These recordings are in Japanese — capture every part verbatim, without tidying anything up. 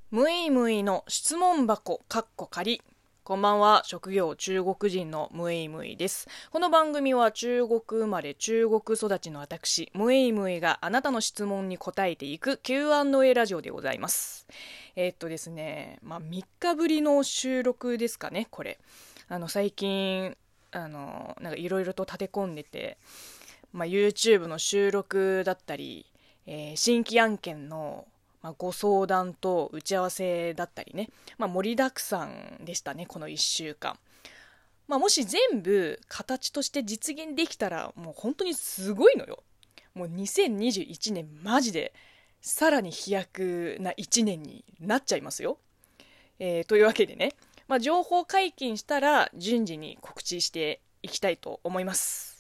むいむいの質問箱かっこ仮。こんばんは、職業中国人のむいむいです。この番組は中国生まれ中国育ちの私むいむいがあなたの質問に答えていく キューアンドエー ラジオでございます。えー、っとですねまあみっかぶりの収録ですかね。これあの最近あのなんかいろいろと立て込んでて、まあ、YouTube の収録だったり、えー新規案件のまあ、ご相談と打ち合わせだったりね、まあ、盛りだくさんでしたね、このいっしゅうかん。まあ、もし全部形として実現できたら、もう本当にすごいのよ。もうにせんにじゅういちねんマジでさらに飛躍ないちねんになっちゃいますよ。えーというわけでね、まあ、情報解禁したら順次に告知していきたいと思います。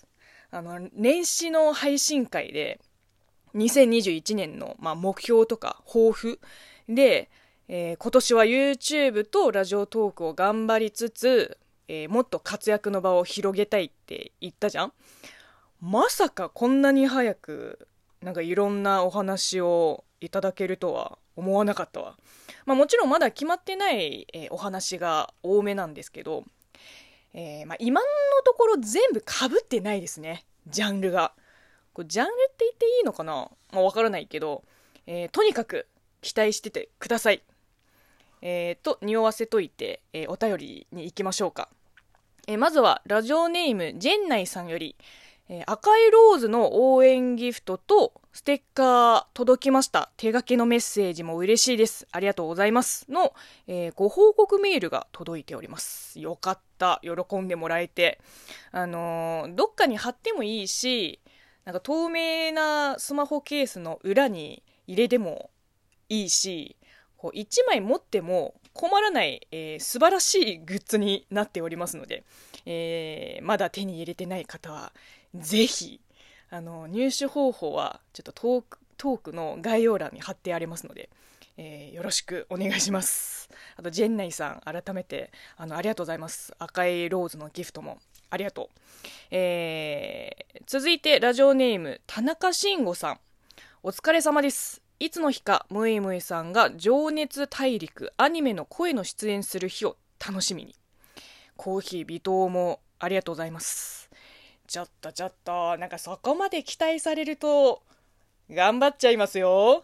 あの、年始の配信会で、にせんにじゅういちねんの、まあ、目標とか抱負で、えー今年は YouTube とラジオトークを頑張りつつ、えーもっと活躍の場を広げたいって言ったじゃん。まさかこんなに早くなんかいろんなお話をいただけるとは思わなかったわ。まあ、もちろんまだ決まってない、えーお話が多めなんですけど、えーまあ、今のところ全部被ってないですね、ジャンルが。これジャンルって言っていいのかな、まあ、わからないけど、えーとにかく期待しててください。えー、と匂わせといて、えーお便りに行きましょうか。えーまずはラジオネームジェンナイさんより、えー赤いローズの応援ギフトとステッカー届きました。手書きのメッセージも嬉しいです。ありがとうございますの、えーご報告メールが届いております。よかった。喜んでもらえて。あのーどっかに貼ってもいいし、なんか透明なスマホケースの裏に入れてもいいし、こういちまい持っても困らない、えー素晴らしいグッズになっておりますので、えーまだ手に入れてない方はぜひ、あの入手方法はちょっとトークトークの概要欄に貼ってありますので、えーよろしくお願いします。あとジェンナイさん、改めてあのありがとうございます。赤いローズのギフトもありがとう。えー続いてラジオネーム田中慎吾さん、お疲れ様です。いつの日かムイムイさんが情熱大陸アニメの声の出演する日を楽しみに。コーヒー微糖もありがとうございます。ちょっとちょっとなんかそこまで期待されると頑張っちゃいますよ。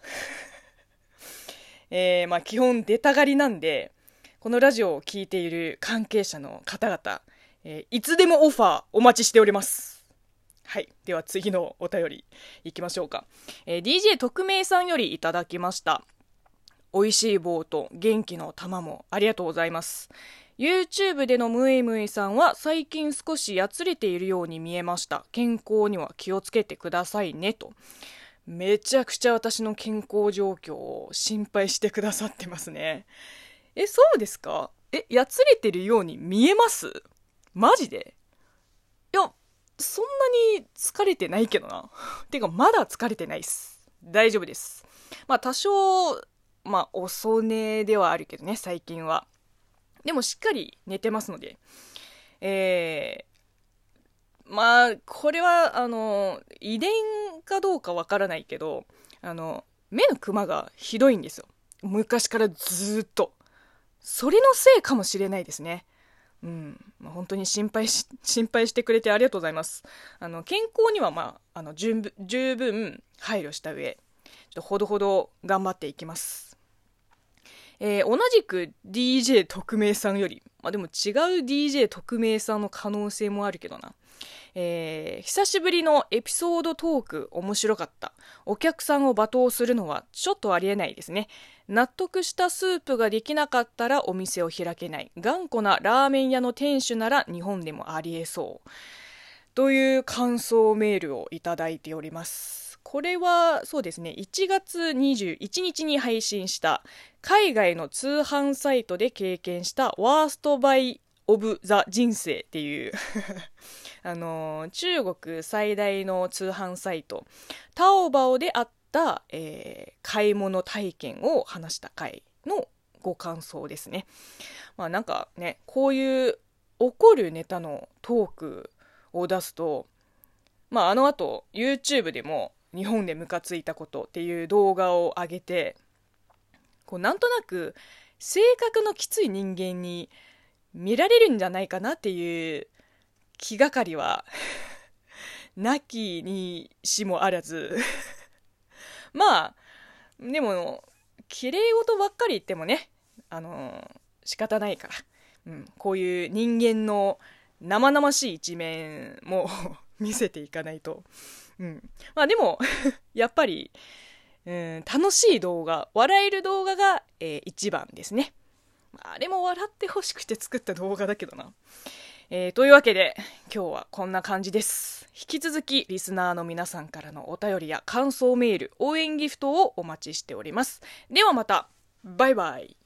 えー、まあ基本出たがりなんで、このラジオを聞いている関係者の方々、えーいつでもオファーお待ちしております。はい。では次のお便りいきましょうか。えー ディージェー 特命さんよりいただきました。美味しい棒と元気の玉もありがとうございます。YouTube でのムイムイさんは最近少しやつれているように見えました。健康には気をつけてくださいねと。めちゃくちゃ私の健康状況を心配してくださってますね。え、そうですか？え、やつれてるように見えます？マジで？いや、そんなに疲れてないけどな。てか、まだ疲れてないっす。大丈夫です。まあ、多少、まあ、遅寝ではあるけどね、最近は。でも、しっかり寝てますので。えー、まあ、これは、あの、遺伝かどうかわからないけど、あの、目のクマがひどいんですよ。昔からずーっと。それのせいかもしれないですね。うん、まあ、本当に心配し、心配してくれてありがとうございます。あの、健康には、まあ、あの、十分、十分配慮した上、ちょっとほどほど頑張っていきます。えー同じく ディージェー 特命さんより、まあ、でも違う ディージェー 特命さんの可能性もあるけどな。えー久しぶりのエピソードトーク面白かった。お客さんを罵倒するのはちょっとありえないですね。納得したスープができなかったらお店を開けない。頑固なラーメン屋の店主なら日本でもありえそう。という感想メールをいただいております。これはそうですね、いちがつにじゅういちにちに配信した海外の通販サイトで経験したワーストバイオブザ人生っていうあの中国最大の通販サイトタオバオであった、えー買い物体験を話した回のご感想ですね。まあなんかね、こういう怒るネタのトークを出すと、まああの後 YouTube でも日本でムカついたことっていう動画を上げて、 こうなんとなく性格のきつい人間に見られるんじゃないかなっていう気がかりはなきにしもあらずまあでも綺麗事ばっかり言ってもね、あのー、仕方ないから、うん、こういう人間の生々しい一面も見せていかないと、うん、まあでもやっぱり、うん、楽しい動画、笑える動画が、えー、一番ですね。あれも笑ってほしくて作った動画だけどな。えー、というわけで今日はこんな感じです。引き続きリスナーの皆さんからのお便りや感想メール、応援ギフトをお待ちしております。ではまた、バイバイ。